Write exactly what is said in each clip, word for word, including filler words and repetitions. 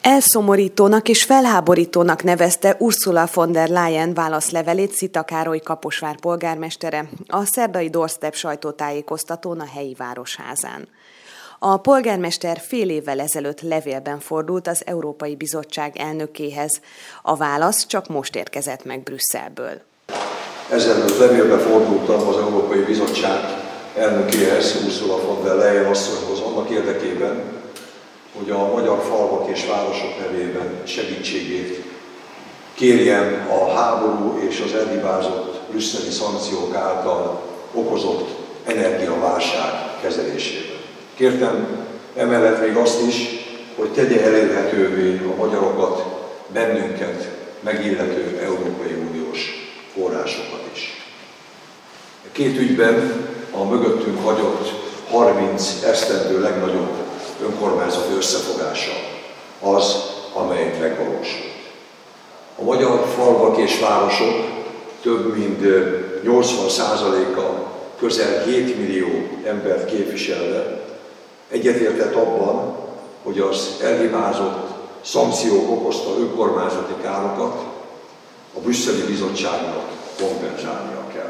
Elszomorítónak és felháborítónak nevezte Ursula von der Leyen válaszlevelét Szita Károly Kaposvár polgármestere a szerdai doorstep sajtótájékoztatón a helyi városházán. A polgármester fél évvel ezelőtt levélben fordult az Európai Bizottság elnökéhez. A válasz csak most érkezett meg Brüsszelből. Ezelőtt levélbe fordultam az Európai Bizottság elnökéhez, Ursula von der Leyen asszonyhoz, annak érdekében, hogy a magyar falvak és városok nevében segítségét kérjem a háború és az elhibázott brüsszeli szankciók által okozott energiaválság kezelésében. Kértem emellett még azt is, hogy tegye elérhetővé a magyarokat, bennünket megillető Európai Uniós forrásokat is. A két ügyben a mögöttünk hagyott harminc esztendő legnagyobb önkormányzati összefogása az, amely megvalósult. A magyar falvak és városok több mint nyolcvan százaléka közel hét millió embert képviselve egyetértett abban, hogy az elhibázott szankciók okozta önkormányzati károkat a brüsszeli bizottságnak kompenzálnia kell.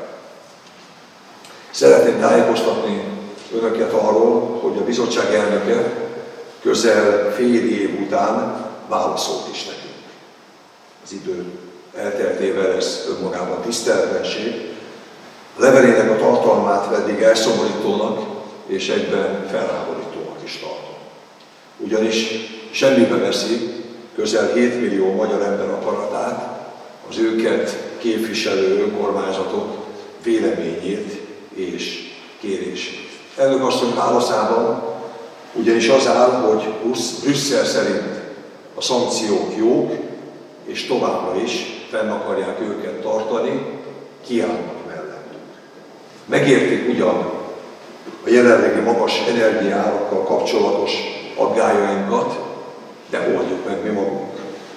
Szeretném tájékoztatni önöket arról, hogy a bizottság elnöke közel fél év után válaszolt is nekünk. Az idő elteltével ez önmagában tiszteletlenség. A levelének a tartalmát pedig elszomorítónak és egyben felháborítónak is tartom. Ugyanis semmibe veszi közel hét millió magyar ember akaratát, az őket képviselő önkormányzatok véleményét és kérését. Elnök asszony válaszában ugyanis az áll, hogy Brüsszel szerint a szankciók jók, és továbbra is fenn akarják őket tartani, kiállnak mellettük. Megértik ugyan a jelenlegi magas energiaárakkal kapcsolatos aggályainkat, de oldjuk meg mi magunk.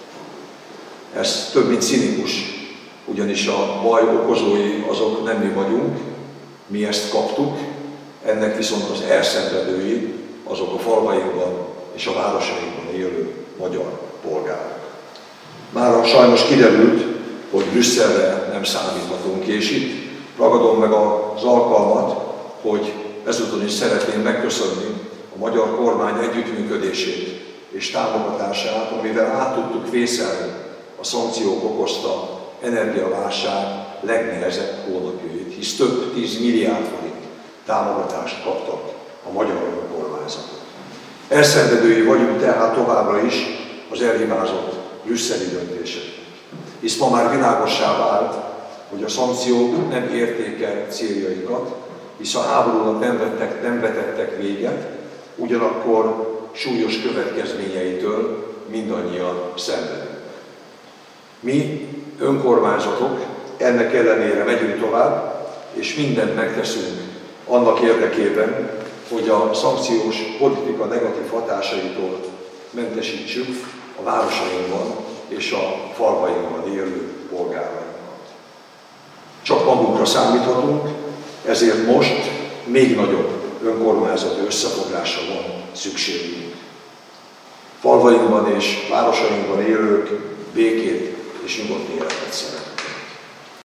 Ez több mint cinikus, ugyanis a baj okozói azok nem mi vagyunk, mi ezt kaptuk, ennek viszont az elszenvedői azok a falvainkban és a városainkban élő magyar polgárok. Mára sajnos kiderült, hogy Brüsszelre nem számíthatunk, és itt ragadom meg az alkalmat, hogy ezúton is szeretném megköszönni a magyar kormány együttműködését és támogatását, amivel át tudtuk vészelni a szankciók okozta energiaválság legnehezebb hónapjait, hisz több tíz milliárd forint támogatást kaptak a magyar önkormányzatok. Elszenvedői vagyunk tehát továbbra is az elhibázott brüsszeli döntések. Hisz ma már világossá vált, hogy a szankciók nem érték el céljaikat, hisz a háborúnak nem, vettek, nem vetettek véget, ugyanakkor súlyos következményeitől mindannyian szenvedünk. Mi, önkormányzatok, ennek ellenére megyünk tovább, és mindent megteszünk annak érdekében, hogy a szankciós politika negatív hatásaitól mentesítsük a városainkban és a falvainkban élő polgárainkat. Csak magunkra számíthatunk, ezért most még nagyobb önkormányzati összefogásra van szükségünk. Falvainkban és városainkban élők békét és nyugodt életet szeretnének.